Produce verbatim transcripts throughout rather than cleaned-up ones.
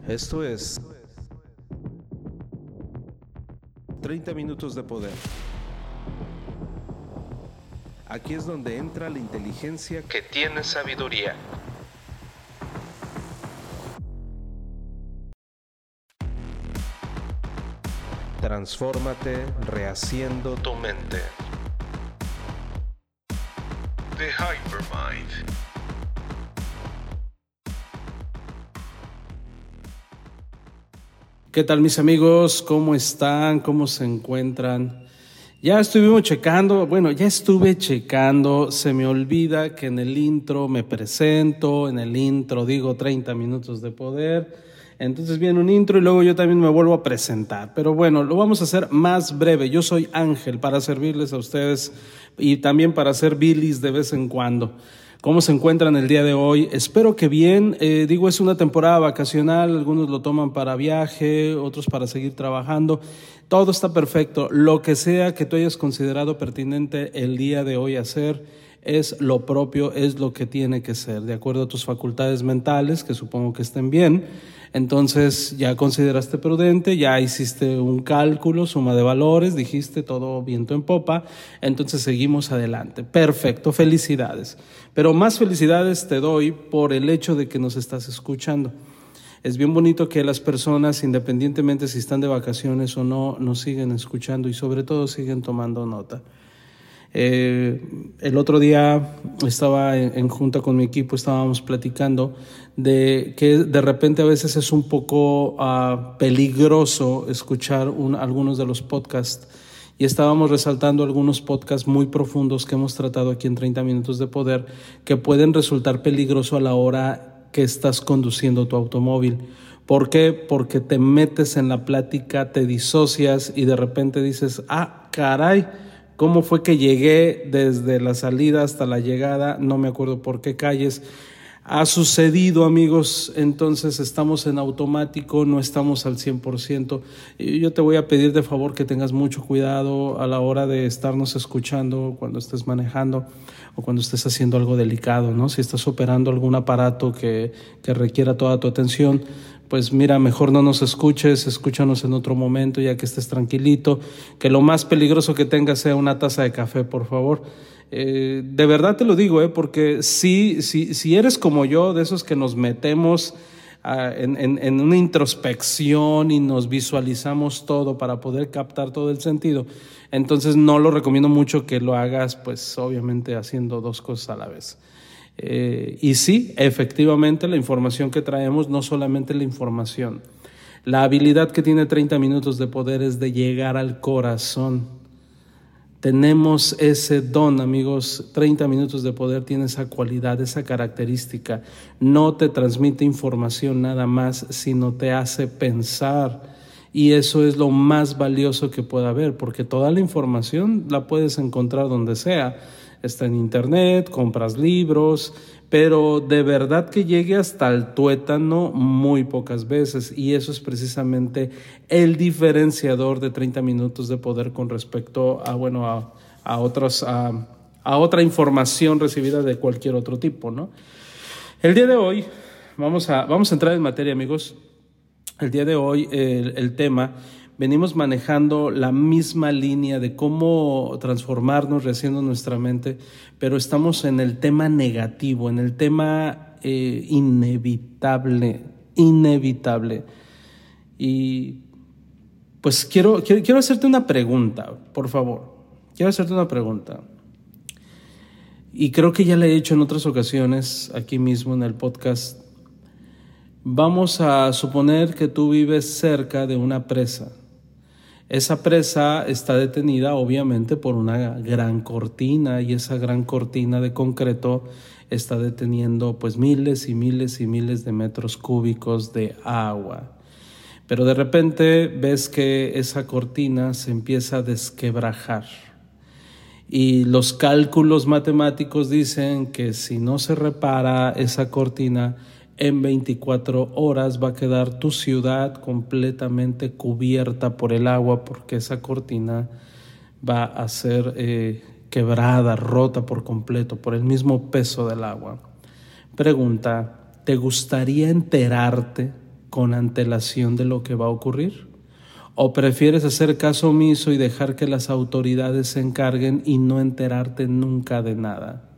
Esto es treinta minutos de poder. Aquí es donde entra la inteligencia que tiene sabiduría. Transfórmate rehaciendo tu mente. The Hypermind. ¿Qué tal, mis amigos? ¿Cómo están? ¿Cómo se encuentran? Ya estuvimos checando, bueno, ya estuve checando, se me olvida que en el intro me presento, en el intro digo treinta minutos de poder, entonces viene un intro y luego yo también me vuelvo a presentar, pero bueno, lo vamos a hacer más breve. Yo soy Ángel para servirles a ustedes y también para hacer bilis de vez en cuando. ¿Cómo se encuentran el día de hoy? Espero que bien. Eh, digo, es una temporada vacacional, algunos lo toman para viaje, otros para seguir trabajando. Todo está perfecto. Lo que sea que tú hayas considerado pertinente el día de hoy hacer es lo propio, es lo que tiene que ser, de acuerdo a tus facultades mentales, que supongo que estén bien. Entonces ya consideraste prudente, ya hiciste un cálculo, suma de valores, dijiste todo viento en popa, entonces seguimos adelante. Perfecto, felicidades. Pero más felicidades te doy por el hecho de que nos estás escuchando. Es bien bonito que las personas, independientemente si están de vacaciones o no, nos siguen escuchando y sobre todo siguen tomando nota. Eh, el otro día estaba en, en junta con mi equipo, estábamos platicando de que de repente a veces es un poco uh, peligroso escuchar un, algunos de los podcasts, y estábamos resaltando algunos podcasts muy profundos que hemos tratado aquí en treinta minutos de poder, que pueden resultar peligrosos a la hora que estás conduciendo tu automóvil. ¿Por qué? Porque te metes en la plática, te disocias y de repente dices, ah, caray, ¿cómo fue que llegué desde la salida hasta la llegada? No me acuerdo por qué calles. Ha sucedido, amigos, entonces estamos en automático, no estamos al cien por ciento. Y yo te voy a pedir de favor que tengas mucho cuidado a la hora de estarnos escuchando cuando estés manejando o cuando estés haciendo algo delicado, ¿no? Si estás operando algún aparato que, que requiera toda tu atención, pues mira, mejor no nos escuches, escúchanos en otro momento ya que estés tranquilito, que lo más peligroso que tengas sea una taza de café, por favor. Eh, de verdad te lo digo, eh, porque si, si, si eres como yo, de esos que nos metemos uh, en, en, en una introspección y nos visualizamos todo para poder captar todo el sentido, entonces no lo recomiendo mucho que lo hagas, pues obviamente haciendo dos cosas a la vez. Eh, y sí, efectivamente la información que traemos, no solamente la información, la habilidad que tiene treinta minutos de poder es de llegar al corazón. Tenemos ese don, amigos. treinta minutos de poder tiene esa cualidad, esa característica. No te transmite información nada más, sino te hace pensar. Y eso es lo más valioso que pueda haber, porque toda la información la puedes encontrar donde sea. Está en internet, compras libros, pero de verdad que llegue hasta el tuétano muy pocas veces, y eso es precisamente el diferenciador de treinta minutos de poder con respecto a, bueno, a, a, otros, a, a otra información recibida de cualquier otro tipo, ¿no? El día de hoy, vamos a, vamos a entrar en materia, amigos. El día de hoy el, el tema, venimos manejando la misma línea de cómo transformarnos, rehaciendo nuestra mente, pero estamos en el tema negativo, en el tema eh, inevitable, inevitable. Y pues quiero, quiero, quiero hacerte una pregunta, por favor. Quiero hacerte una pregunta. Y creo que ya la he hecho en otras ocasiones, aquí mismo en el podcast. Vamos a suponer que tú vives cerca de una presa. Esa presa está detenida obviamente por una gran cortina, y esa gran cortina de concreto está deteniendo pues miles y miles y miles de metros cúbicos de agua. Pero de repente ves que esa cortina se empieza a desquebrajar. Y los cálculos matemáticos dicen que si no se repara esa cortina, en veinticuatro horas va a quedar tu ciudad completamente cubierta por el agua, porque esa cortina va a ser eh, quebrada, rota por completo por el mismo peso del agua. Pregunta, ¿te gustaría enterarte con antelación de lo que va a ocurrir? ¿O prefieres hacer caso omiso y dejar que las autoridades se encarguen y no enterarte nunca de nada?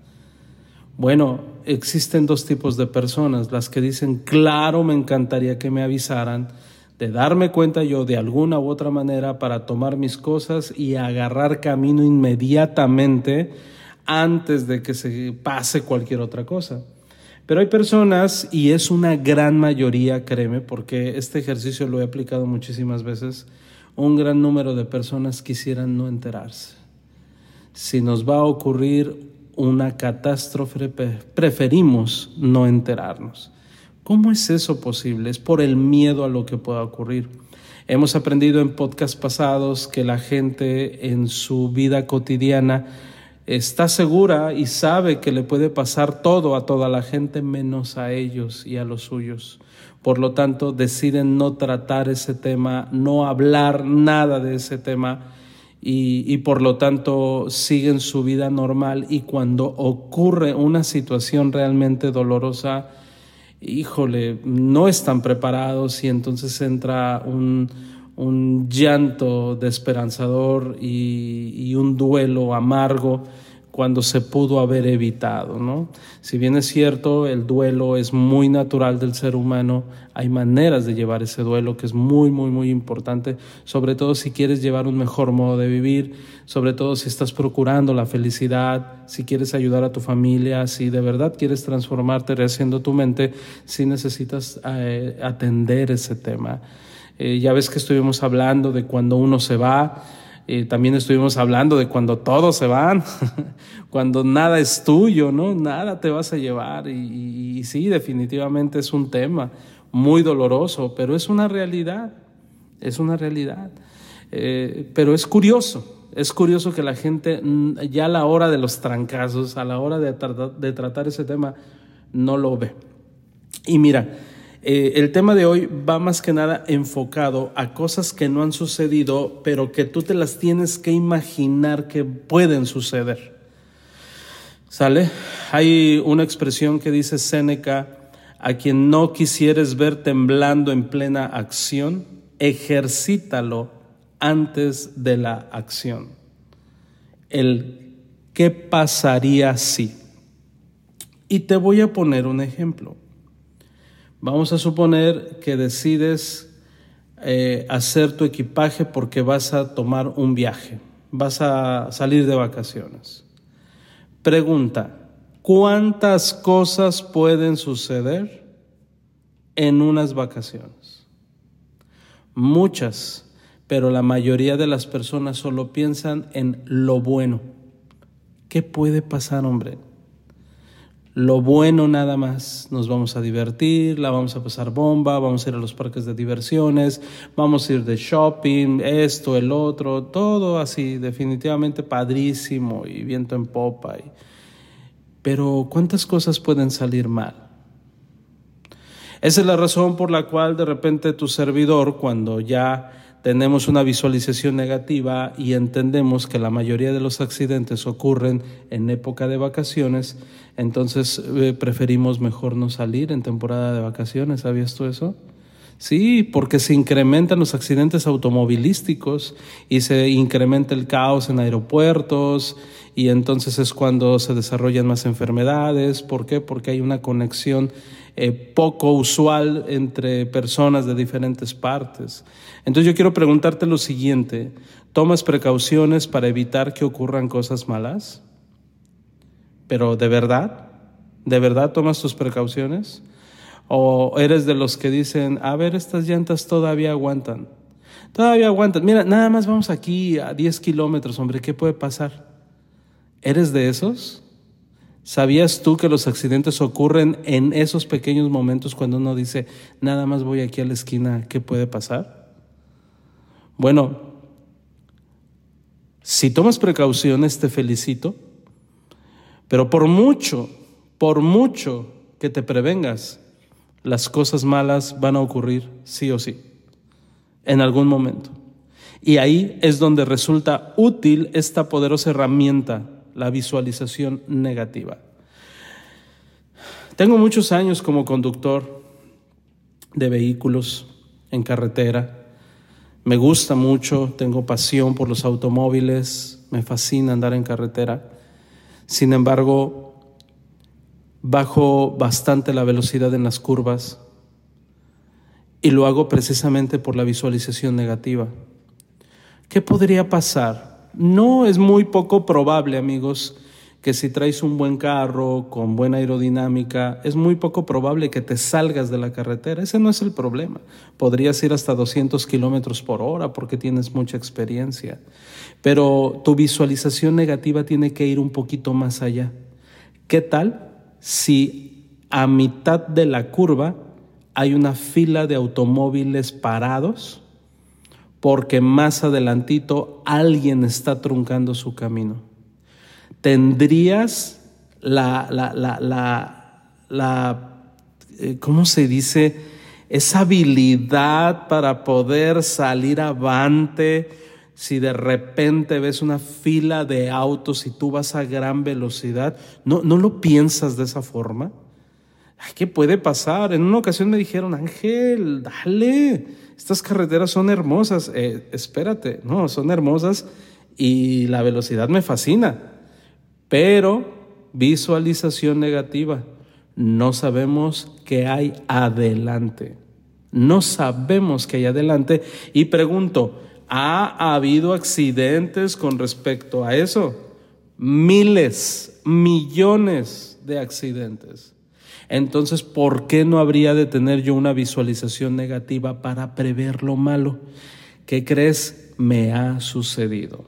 Bueno, existen dos tipos de personas, las que dicen, claro, me encantaría que me avisaran, de darme cuenta yo de alguna u otra manera para tomar mis cosas y agarrar camino inmediatamente antes de que se pase cualquier otra cosa. Pero hay personas, y es una gran mayoría, créeme, porque este ejercicio lo he aplicado muchísimas veces, un gran número de personas quisieran no enterarse. Si nos va a ocurrir una catástrofe, preferimos no enterarnos. ¿Cómo es eso posible? Es por el miedo a lo que pueda ocurrir. Hemos aprendido en podcasts pasados que la gente en su vida cotidiana está segura y sabe que le puede pasar todo a toda la gente menos a ellos y a los suyos. Por lo tanto, deciden no tratar ese tema, no hablar nada de ese tema y, y por lo tanto siguen su vida normal, y cuando ocurre una situación realmente dolorosa, híjole, no están preparados y entonces entra un, un llanto desesperanzador y, y un duelo amargo cuando se pudo haber evitado, ¿no? Si bien es cierto, el duelo es muy natural del ser humano, hay maneras de llevar ese duelo que es muy, muy, muy importante, sobre todo si quieres llevar un mejor modo de vivir, sobre todo si estás procurando la felicidad, si quieres ayudar a tu familia, si de verdad quieres transformarte rehaciendo tu mente, si necesitas eh, atender ese tema. Eh, ya ves que estuvimos hablando de cuando uno se va. Eh, también estuvimos hablando de cuando todos se van, cuando nada es tuyo, ¿no? Nada te vas a llevar. Y, y, y sí, definitivamente es un tema muy doloroso, pero es una realidad, es una realidad. Eh, pero es curioso, es curioso que la gente ya a la hora de los trancazos, a la hora de, tra- de tratar ese tema, no lo ve. Y mira, Eh, el tema de hoy va más que nada enfocado a cosas que no han sucedido, pero que tú te las tienes que imaginar que pueden suceder. ¿Sale? Hay una expresión que dice Séneca: a quien no quisieres ver temblando en plena acción, ejercítalo antes de la acción. El ¿qué pasaría si? Y te voy a poner un ejemplo. Vamos a suponer que decides eh, hacer tu equipaje porque vas a tomar un viaje, vas a salir de vacaciones. Pregunta: ¿cuántas cosas pueden suceder en unas vacaciones? Muchas, pero la mayoría de las personas solo piensan en lo bueno. ¿Qué puede pasar, hombre? Lo bueno nada más, nos vamos a divertir, la vamos a pasar bomba, vamos a ir a los parques de diversiones, vamos a ir de shopping, esto, el otro, todo así, definitivamente padrísimo y viento en popa. Y... Pero ¿cuántas cosas pueden salir mal? Esa es la razón por la cual de repente tu servidor, cuando ya tenemos una visualización negativa y entendemos que la mayoría de los accidentes ocurren en época de vacaciones, entonces eh, preferimos mejor no salir en temporada de vacaciones. ¿Sabías tú eso? Sí, porque se incrementan los accidentes automovilísticos y se incrementa el caos en aeropuertos, y entonces es cuando se desarrollan más enfermedades. ¿Por qué? Porque hay una conexión eh, poco usual entre personas de diferentes partes. Entonces yo quiero preguntarte lo siguiente: ¿tomas precauciones para evitar que ocurran cosas malas? ¿Pero de verdad? ¿De verdad tomas tus precauciones? ¿O eres de los que dicen, a ver, estas llantas todavía aguantan? Todavía aguantan. Mira, nada más vamos aquí a diez kilómetros, hombre, ¿qué puede pasar? ¿Eres de esos? ¿Sabías tú que los accidentes ocurren en esos pequeños momentos cuando uno dice, nada más voy aquí a la esquina, ¿qué puede pasar? Bueno, si tomas precauciones, te felicito, pero por mucho, por mucho que te prevengas, las cosas malas van a ocurrir sí o sí, en algún momento. Y ahí es donde resulta útil esta poderosa herramienta, la visualización negativa. Tengo muchos años como conductor. de vehículos en carretera. Me gusta mucho, tengo pasión por los automóviles, me fascina andar en carretera. Sin embargo, bajo bastante la velocidad en las curvas y lo hago precisamente por la visualización negativa. ¿Qué podría pasar? No es muy poco probable, amigos, que si traes un buen carro con buena aerodinámica, es muy poco probable que te salgas de la carretera. Ese no es el problema. Podrías ir hasta doscientos kilómetros por hora porque tienes mucha experiencia. Pero tu visualización negativa tiene que ir un poquito más allá. ¿Qué tal si a mitad de la curva hay una fila de automóviles parados porque más adelantito alguien está truncando su camino? Tendrías la, la, la, la, la eh, ¿cómo se dice? Esa habilidad para poder salir avante si de repente ves una fila de autos y tú vas a gran velocidad. ¿No, no lo piensas de esa forma? Ay, ¿qué puede pasar? En una ocasión me dijeron, Ángel, dale, estas carreteras son hermosas. Eh, espérate, no, son hermosas y la velocidad me fascina. Pero visualización negativa, no sabemos qué hay adelante, no sabemos qué hay adelante. Y pregunto, ¿ha habido accidentes con respecto a eso? Miles, millones de accidentes. Entonces, ¿por qué no habría de tener yo una visualización negativa para prever lo malo? ¿Qué crees? Me ha sucedido.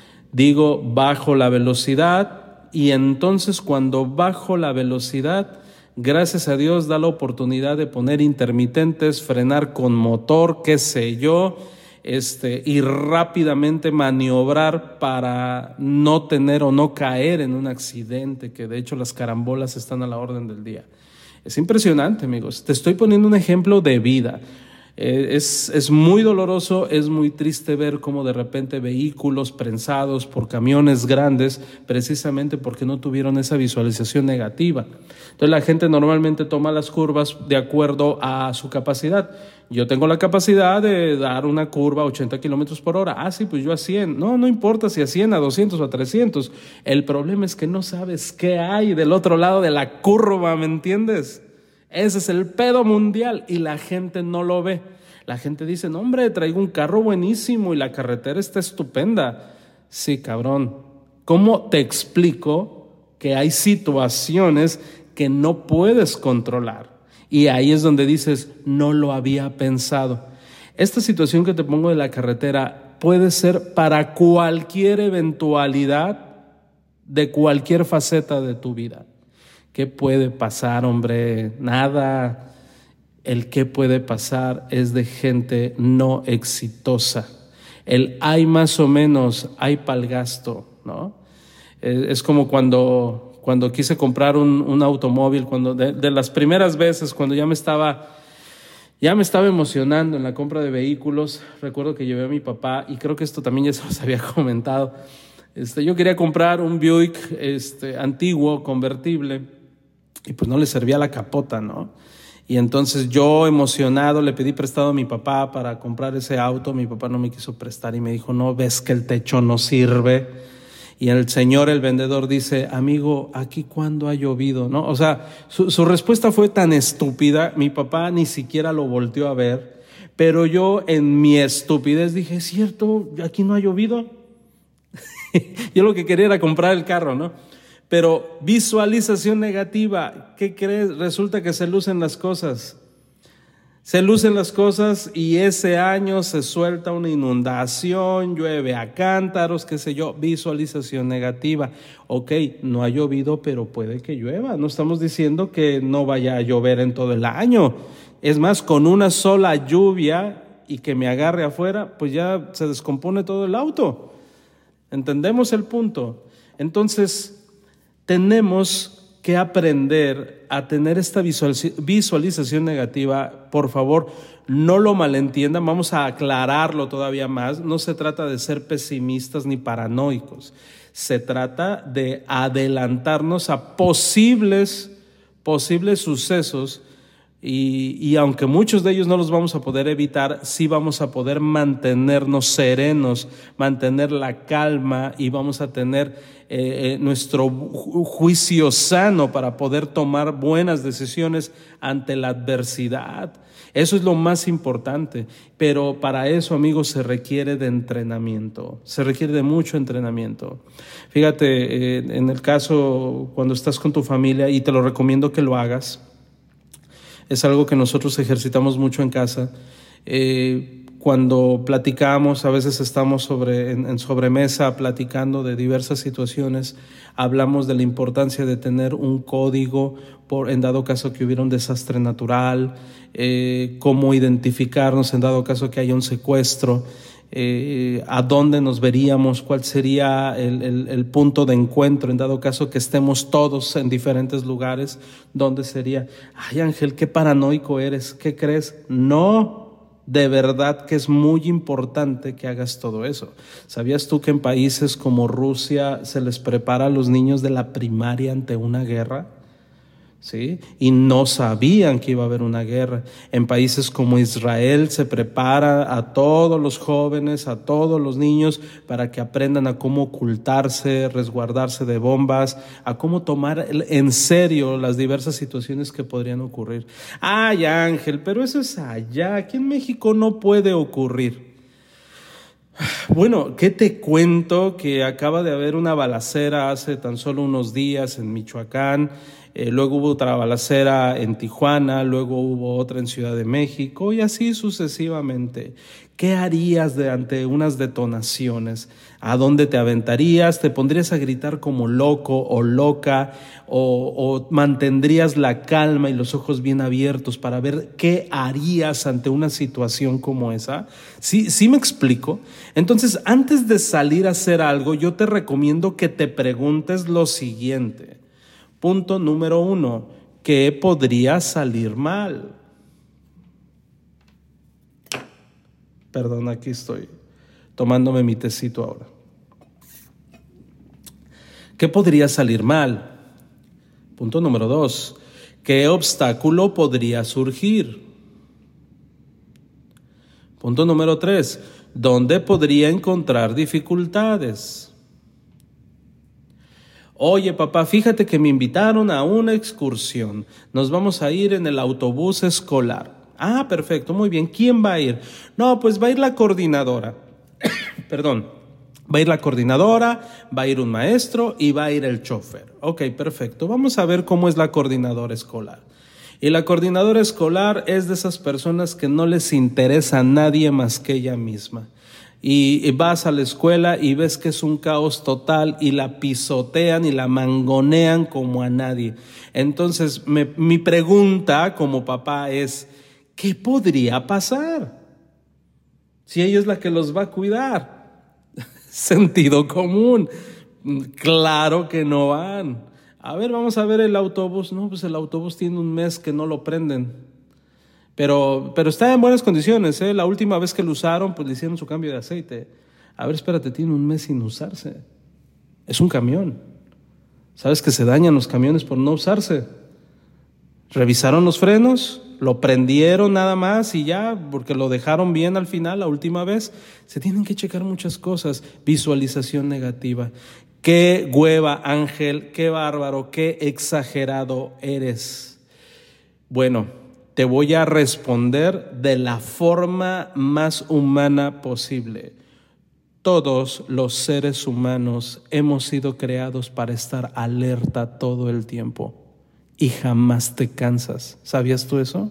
Digo, bajo la velocidad. Y entonces cuando bajo la velocidad, gracias a Dios da la oportunidad de poner intermitentes, frenar con motor, qué sé yo, este, y rápidamente maniobrar para no tener o no caer en un accidente, que de hecho las carambolas están a la orden del día. Es impresionante, amigos. Te estoy poniendo un ejemplo de vida. Eh, es, es muy doloroso, es muy triste ver cómo de repente vehículos prensados por camiones grandes, precisamente porque no tuvieron esa visualización negativa. Entonces la gente normalmente toma las curvas de acuerdo a su capacidad. Yo tengo la capacidad de dar una curva a ochenta kilómetros por hora. Ah, sí, pues yo a cien. No, no importa si a cien, a doscientos o a trescientos. El problema es que no sabes qué hay del otro lado de la curva, ¿me entiendes? Ese es el pedo mundial y la gente no lo ve. La gente dice, no hombre, traigo un carro buenísimo y la carretera está estupenda. Sí, cabrón, ¿cómo te explico que hay situaciones que no puedes controlar? Y ahí es donde dices, no lo había pensado. Esta situación que te pongo de la carretera puede ser para cualquier eventualidad de cualquier faceta de tu vida. ¿Qué puede pasar, hombre? Nada. El qué puede pasar es de gente no exitosa. El hay más o menos, hay pa'l gasto, ¿no? Es como cuando, cuando quise comprar un, un automóvil, cuando de, de las primeras veces, cuando ya me estaba, ya me estaba emocionando en la compra de vehículos. Recuerdo que llevé a mi papá, y creo que esto también ya se los había comentado. Este, yo quería comprar un Buick este, antiguo, convertible, y pues no le servía la capota, ¿no? Y entonces yo emocionado le pedí prestado a mi papá para comprar ese auto. Mi papá no me quiso prestar y me dijo, no, ves que el techo no sirve. Y el señor, el vendedor, dice, amigo, ¿aquí cuándo ha llovido? ¿No? O sea, su, su respuesta fue tan estúpida, mi papá ni siquiera lo volteó a ver, pero yo en mi estupidez dije, es cierto, aquí no ha llovido. Yo lo que quería era comprar el carro, ¿no? Pero visualización negativa, ¿qué crees? Resulta que se lucen las cosas. Se lucen las cosas y ese año se suelta una inundación, llueve a cántaros, qué sé yo, visualización negativa. Ok, no ha llovido, pero puede que llueva. No estamos diciendo que no vaya a llover en todo el año. Es más, con una sola lluvia y que me agarre afuera, pues ya se descompone todo el auto. ¿Entendemos el punto? Entonces, tenemos que aprender a tener esta visualización negativa. Por favor, no lo malentiendan, vamos a aclararlo todavía más. No se trata de ser pesimistas ni paranoicos. Se trata de adelantarnos a posibles, posibles sucesos Y, y aunque muchos de ellos no los vamos a poder evitar, sí vamos a poder mantenernos serenos, mantener la calma y vamos a tener eh, eh, nuestro ju- juicio sano para poder tomar buenas decisiones ante la adversidad. Eso es lo más importante, pero para eso, amigos, se requiere de entrenamiento, se requiere de mucho entrenamiento. Fíjate, eh, en el caso cuando estás con tu familia, y te lo recomiendo que lo hagas, es algo que nosotros ejercitamos mucho en casa. Eh, cuando platicamos, a veces estamos sobre, en, en sobremesa platicando de diversas situaciones, hablamos de la importancia de tener un código por, en dado caso que hubiera un desastre natural, eh, cómo identificarnos en dado caso que haya un secuestro, eh, a dónde nos veríamos, cuál sería el, el, el punto de encuentro en dado caso que estemos todos en diferentes lugares, dónde sería. Ay, Ángel, qué paranoico eres, ¿qué crees? No, de verdad que es muy importante que hagas todo eso. ¿Sabías tú que en países como Rusia se les prepara a los niños de la primaria ante una guerra? ¿Sí? Y no sabían que iba a haber una guerra. En países como Israel se prepara a todos los jóvenes, a todos los niños para que aprendan a cómo ocultarse, resguardarse de bombas, a cómo tomar en serio las diversas situaciones que podrían ocurrir. Ay, Ángel, pero eso es allá, aquí en México no puede ocurrir. Bueno, ¿qué te cuento? Que acaba de haber una balacera hace tan solo unos días en Michoacán, eh, luego hubo otra balacera en Tijuana, luego hubo otra en Ciudad de México y así sucesivamente. ¿Qué harías de ante unas detonaciones? ¿A dónde te aventarías? ¿Te pondrías a gritar como loco o loca? ¿O, o mantendrías la calma y los ojos bien abiertos para ver qué harías ante una situación como esa? ¿Sí, sí me explico? Entonces, antes de salir a hacer algo, yo te recomiendo que te preguntes lo siguiente. Punto número uno, ¿qué podría salir mal? Perdón, aquí estoy tomándome mi tecito ahora. ¿Qué podría salir mal? Punto número dos, ¿qué obstáculo podría surgir? Punto número tres, ¿dónde podría encontrar dificultades? Oye, papá, fíjate que me invitaron a una excursión. Nos vamos a ir en el autobús escolar. Ah, perfecto, muy bien. ¿Quién va a ir? No, pues va a ir la coordinadora. Perdón, va a ir la coordinadora, va a ir un maestro y va a ir el chofer. Ok, perfecto. Vamos a ver cómo es la coordinadora escolar. Y la coordinadora escolar es de esas personas que no les interesa a nadie más que ella misma. Y vas a la escuela y ves que es un caos total y la pisotean y la mangonean como a nadie. Entonces, me, mi pregunta como papá es, ¿qué podría pasar si ella es la que los va a cuidar? Sentido común. Claro que no van. A ver, vamos a ver el autobús. No, pues el autobús tiene un mes que no lo prenden. Pero, pero está en buenas condiciones, ¿eh? La última vez que lo usaron, pues le hicieron su cambio de aceite. A ver, espérate, tiene un mes sin usarse. Es un camión. ¿Sabes que se dañan los camiones por no usarse? Revisaron los frenos, lo prendieron nada más y ya, porque lo dejaron bien al final, la última vez. Se tienen que checar muchas cosas. Visualización negativa. Qué hueva, Ángel, qué bárbaro, qué exagerado eres. Bueno, te voy a responder de la forma más humana posible. Todos los seres humanos hemos sido creados para estar alerta todo el tiempo y jamás te cansas. ¿Sabías tú eso?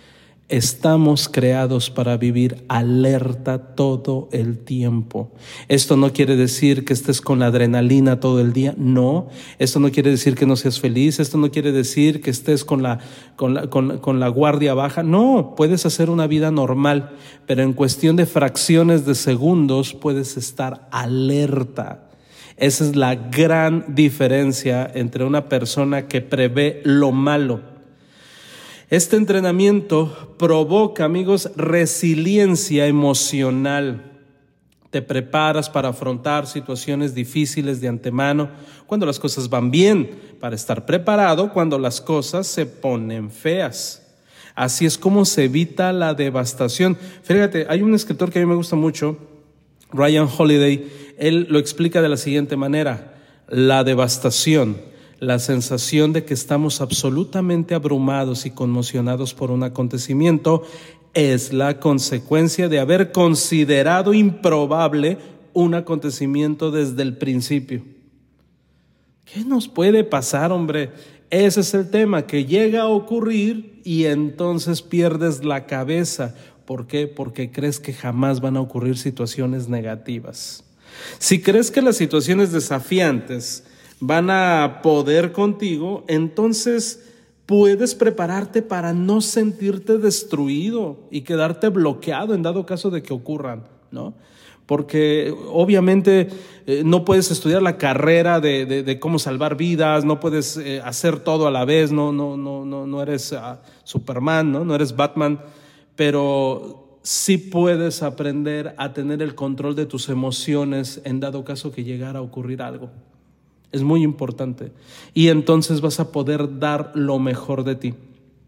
Estamos creados para vivir alerta todo el tiempo. Esto no quiere decir que estés con la adrenalina todo el día, no. Esto no quiere decir que no seas feliz, esto no quiere decir que estés con la, con la, con, con la guardia baja. No, puedes hacer una vida normal, pero en cuestión de fracciones de segundos puedes estar alerta. Esa es la gran diferencia entre una persona que prevé lo malo. Este entrenamiento provoca, amigos, resiliencia emocional. Te preparas para afrontar situaciones difíciles de antemano cuando las cosas van bien, para estar preparado cuando las cosas se ponen feas. Así es como se evita la devastación. Fíjate, hay un escritor que a mí me gusta mucho, Ryan Holiday. Él lo explica de la siguiente manera: la devastación, la sensación de que estamos absolutamente abrumados y conmocionados por un acontecimiento, es la consecuencia de haber considerado improbable un acontecimiento desde el principio. ¿Qué nos puede pasar, hombre? Ese es el tema, que llega a ocurrir y entonces pierdes la cabeza. ¿Por qué? Porque crees que jamás van a ocurrir situaciones negativas. Si crees que las situaciones desafiantes van a poder contigo, entonces puedes prepararte para no sentirte destruido y quedarte bloqueado en dado caso de que ocurran, ¿no? Porque obviamente eh, no puedes estudiar la carrera de, de, de cómo salvar vidas, no puedes eh, hacer todo a la vez, no, no, no, no, no eres uh, Superman, ¿no? No eres Batman, pero sí puedes aprender a tener el control de tus emociones en dado caso que llegara a ocurrir algo. Es muy importante. Y entonces vas a poder dar lo mejor de ti.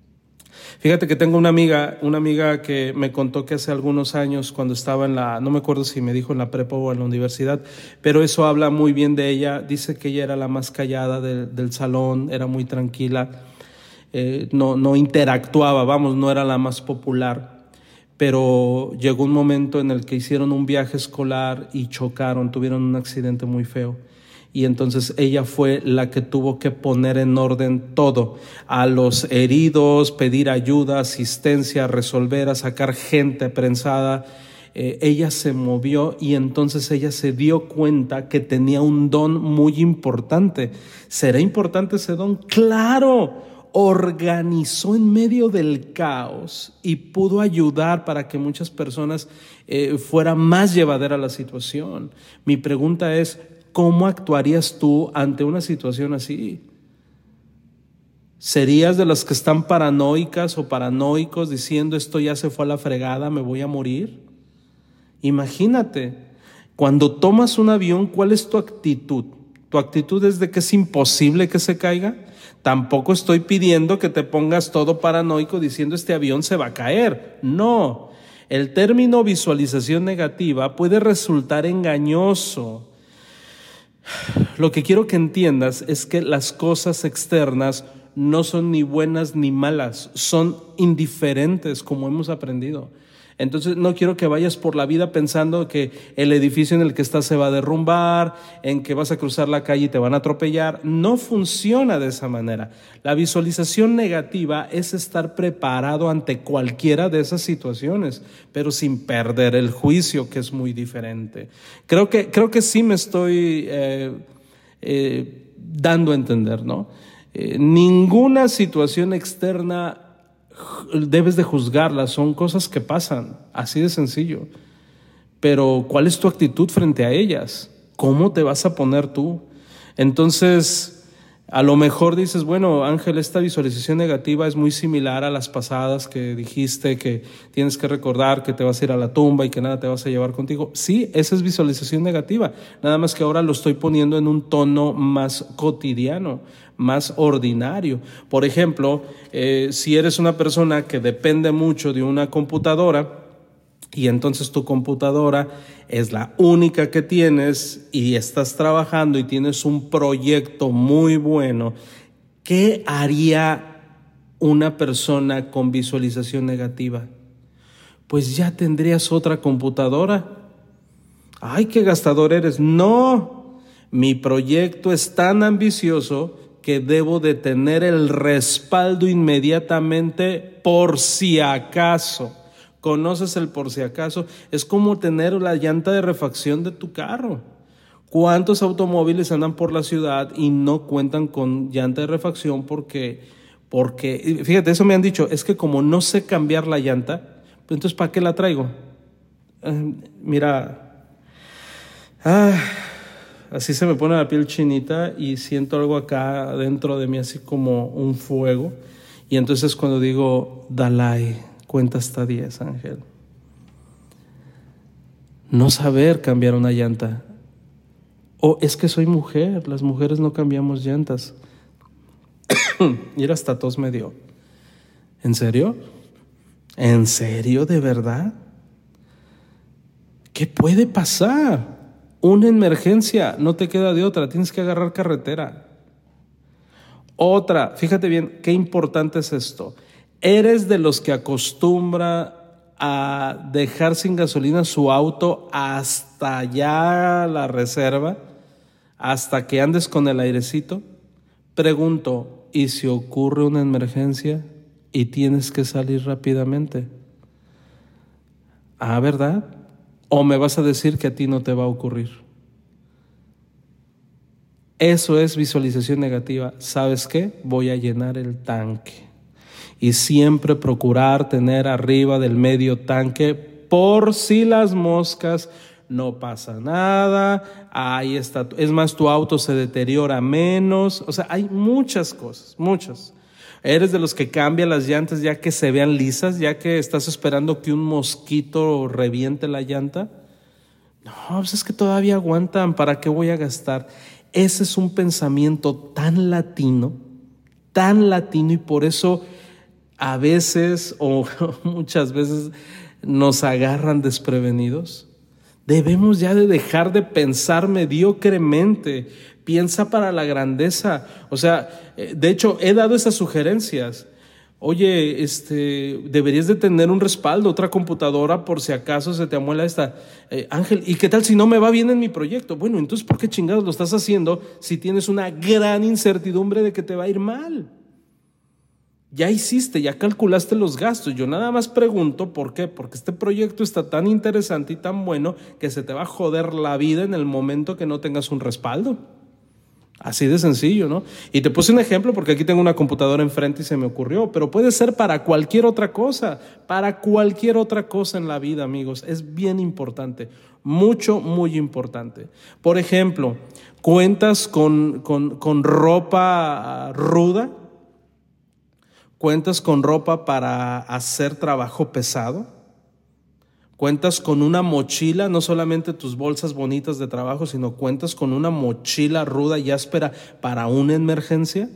Fíjate que tengo una amiga, una amiga que me contó que hace algunos años, cuando estaba en la, no me acuerdo si me dijo en la prepa o en la universidad, pero eso habla muy bien de ella. Dice que ella era la más callada de, del salón, era muy tranquila, eh, no, no interactuaba, vamos, no era la más popular. Pero llegó un momento en el que hicieron un viaje escolar y chocaron, tuvieron un accidente muy feo. Y entonces ella fue la que tuvo que poner en orden todo, a los heridos, pedir ayuda, asistencia, resolver, a sacar gente prensada. Eh, ella se movió y entonces ella se dio cuenta que tenía un don muy importante. ¿Será importante ese don? ¡Claro! Organizó en medio del caos y pudo ayudar para que muchas personas eh, fuera más llevadera la situación. Mi pregunta es, ¿cómo actuarías tú ante una situación así? ¿Serías de las que están paranoicas o paranoicos diciendo esto ya se fue a la fregada, me voy a morir? Imagínate, cuando tomas un avión, ¿cuál es tu actitud? ¿Tu actitud es de que es imposible que se caiga? Tampoco estoy pidiendo que te pongas todo paranoico diciendo este avión se va a caer. No, el término visualización negativa puede resultar engañoso. Lo que quiero que entiendas es que las cosas externas no son ni buenas ni malas, son indiferentes, como hemos aprendido. Entonces no quiero que vayas por la vida pensando que el edificio en el que estás se va a derrumbar, en que vas a cruzar la calle y te van a atropellar. No funciona de esa manera. La visualización negativa es estar preparado ante cualquiera de esas situaciones, pero sin perder el juicio, que es muy diferente. Creo que, creo que sí me estoy eh, eh, dando a entender, ¿no? Eh, ninguna situación externa debes de juzgarlas, son cosas que pasan, así de sencillo. Pero ¿cuál es tu actitud frente a ellas? ¿Cómo te vas a poner tú? Entonces, a lo mejor dices, bueno, Ángel, esta visualización negativa es muy similar a las pasadas que dijiste, que tienes que recordar que te vas a ir a la tumba y que nada te vas a llevar contigo. Sí, esa es visualización negativa, nada más que ahora lo estoy poniendo en un tono más cotidiano, más ordinario. Por ejemplo, eh, si eres una persona que depende mucho de una computadora y entonces tu computadora es la única que tienes y estás trabajando y tienes un proyecto muy bueno, ¿qué haría una persona con visualización negativa? Pues ya tendrías otra computadora. ¡Ay, qué gastador eres! No, mi proyecto es tan ambicioso que debo de tener el respaldo inmediatamente por si acaso. ¿Conoces el por si acaso? Es como tener la llanta de refacción de tu carro. ¿Cuántos automóviles andan por la ciudad y no cuentan con llanta de refacción porque, porque, fíjate, eso me han dicho, es que como no sé cambiar la llanta, pues entonces ¿para qué la traigo? Eh, mira, ah, así se me pone la piel chinita y siento algo acá dentro de mí, así como un fuego. Y entonces cuando digo, Dalai, cuenta hasta diez, Ángel. No saber cambiar una llanta. O es que soy mujer, las mujeres no cambiamos llantas. Y era hasta tos me dio. ¿En serio? ¿En serio? ¿De verdad? ¿Qué puede pasar? Una emergencia, no te queda de otra, tienes que agarrar carretera. Otra, fíjate bien, qué importante es esto. ¿Eres de los que acostumbra a dejar sin gasolina su auto hasta ya la reserva, hasta que andes con el airecito? Pregunto, ¿y si ocurre una emergencia y tienes que salir rápidamente? Ah, ¿verdad? ¿O me vas a decir que a ti no te va a ocurrir? Eso es visualización negativa. ¿Sabes qué? Voy a llenar el tanque. Y siempre procurar tener arriba del medio tanque por si las moscas, no pasa nada, ahí está. Es más, tu auto se deteriora menos. O sea, hay muchas cosas, muchas. ¿Eres de los que cambian las llantas ya que se vean lisas, ya que estás esperando que un mosquito reviente la llanta? No, pues es que todavía aguantan, ¿para qué voy a gastar? Ese es un pensamiento tan latino, tan latino, y por eso a veces o muchas veces nos agarran desprevenidos. Debemos ya de dejar de pensar mediocremente. Piensa para la grandeza. O sea, de hecho, he dado esas sugerencias. Oye, este, deberías de tener un respaldo, otra computadora por si acaso se te amuela esta. Eh, Ángel, ¿y qué tal si no me va bien en mi proyecto? Bueno, entonces, ¿por qué chingados lo estás haciendo si tienes una gran incertidumbre de que te va a ir mal? Ya hiciste, ya calculaste los gastos. Yo nada más pregunto, ¿por qué? Porque este proyecto está tan interesante y tan bueno que se te va a joder la vida en el momento que no tengas un respaldo. Así de sencillo, ¿no? Y te puse un ejemplo porque aquí tengo una computadora enfrente y se me ocurrió, pero puede ser para cualquier otra cosa, para cualquier otra cosa en la vida, amigos. Es bien importante, mucho, muy importante. Por ejemplo, ¿cuentas con, con, con ropa ruda? ¿Cuentas con ropa para hacer trabajo pesado? ¿Cuentas con una mochila, no solamente tus bolsas bonitas de trabajo, sino cuentas con una mochila ruda y áspera para una emergencia?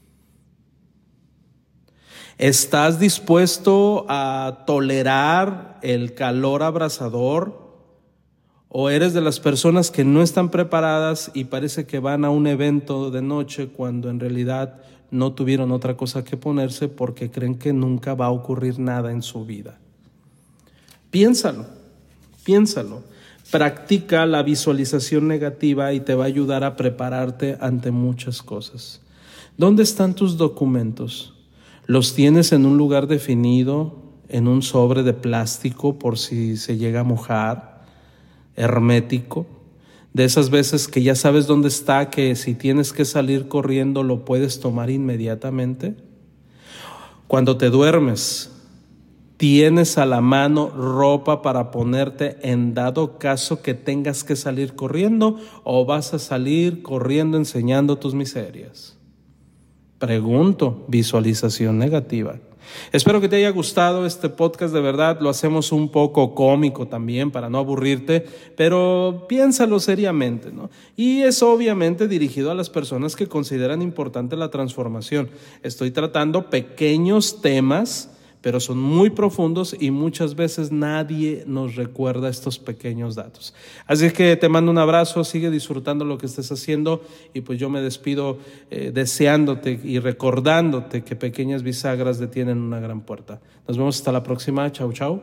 ¿Estás dispuesto a tolerar el calor abrasador? ¿O eres de las personas que no están preparadas y parece que van a un evento de noche cuando en realidad no tuvieron otra cosa que ponerse porque creen que nunca va a ocurrir nada en su vida? Piénsalo, piénsalo. Practica la visualización negativa y te va a ayudar a prepararte ante muchas cosas. ¿Dónde están tus documentos? ¿Los tienes en un lugar definido, en un sobre de plástico por si se llega a mojar, hermético? De esas veces que ya sabes dónde está, que si tienes que salir corriendo lo puedes tomar inmediatamente. Cuando te duermes, ¿tienes a la mano ropa para ponerte en dado caso que tengas que salir corriendo o vas a salir corriendo enseñando tus miserias? Pregunto, visualización negativa. Espero que te haya gustado este podcast, de verdad, lo hacemos un poco cómico también para no aburrirte, pero piénsalo seriamente, ¿no? Y es obviamente dirigido a las personas que consideran importante la transformación. Estoy tratando pequeños temas, pero son muy profundos y muchas veces nadie nos recuerda estos pequeños datos. Así que te mando un abrazo, sigue disfrutando lo que estés haciendo y pues yo me despido eh, deseándote y recordándote que pequeñas bisagras detienen una gran puerta. Nos vemos hasta la próxima. Chau, chau.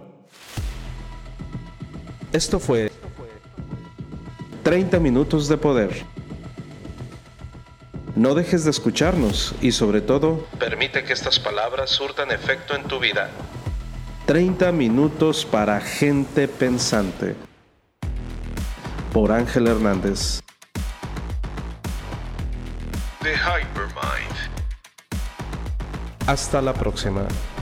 Esto fue treinta minutos de poder. No dejes de escucharnos y sobre todo, permite que estas palabras surtan efecto en tu vida. treinta minutos para gente pensante. Por Ángel Hernández. The Hypermind. Hasta la próxima.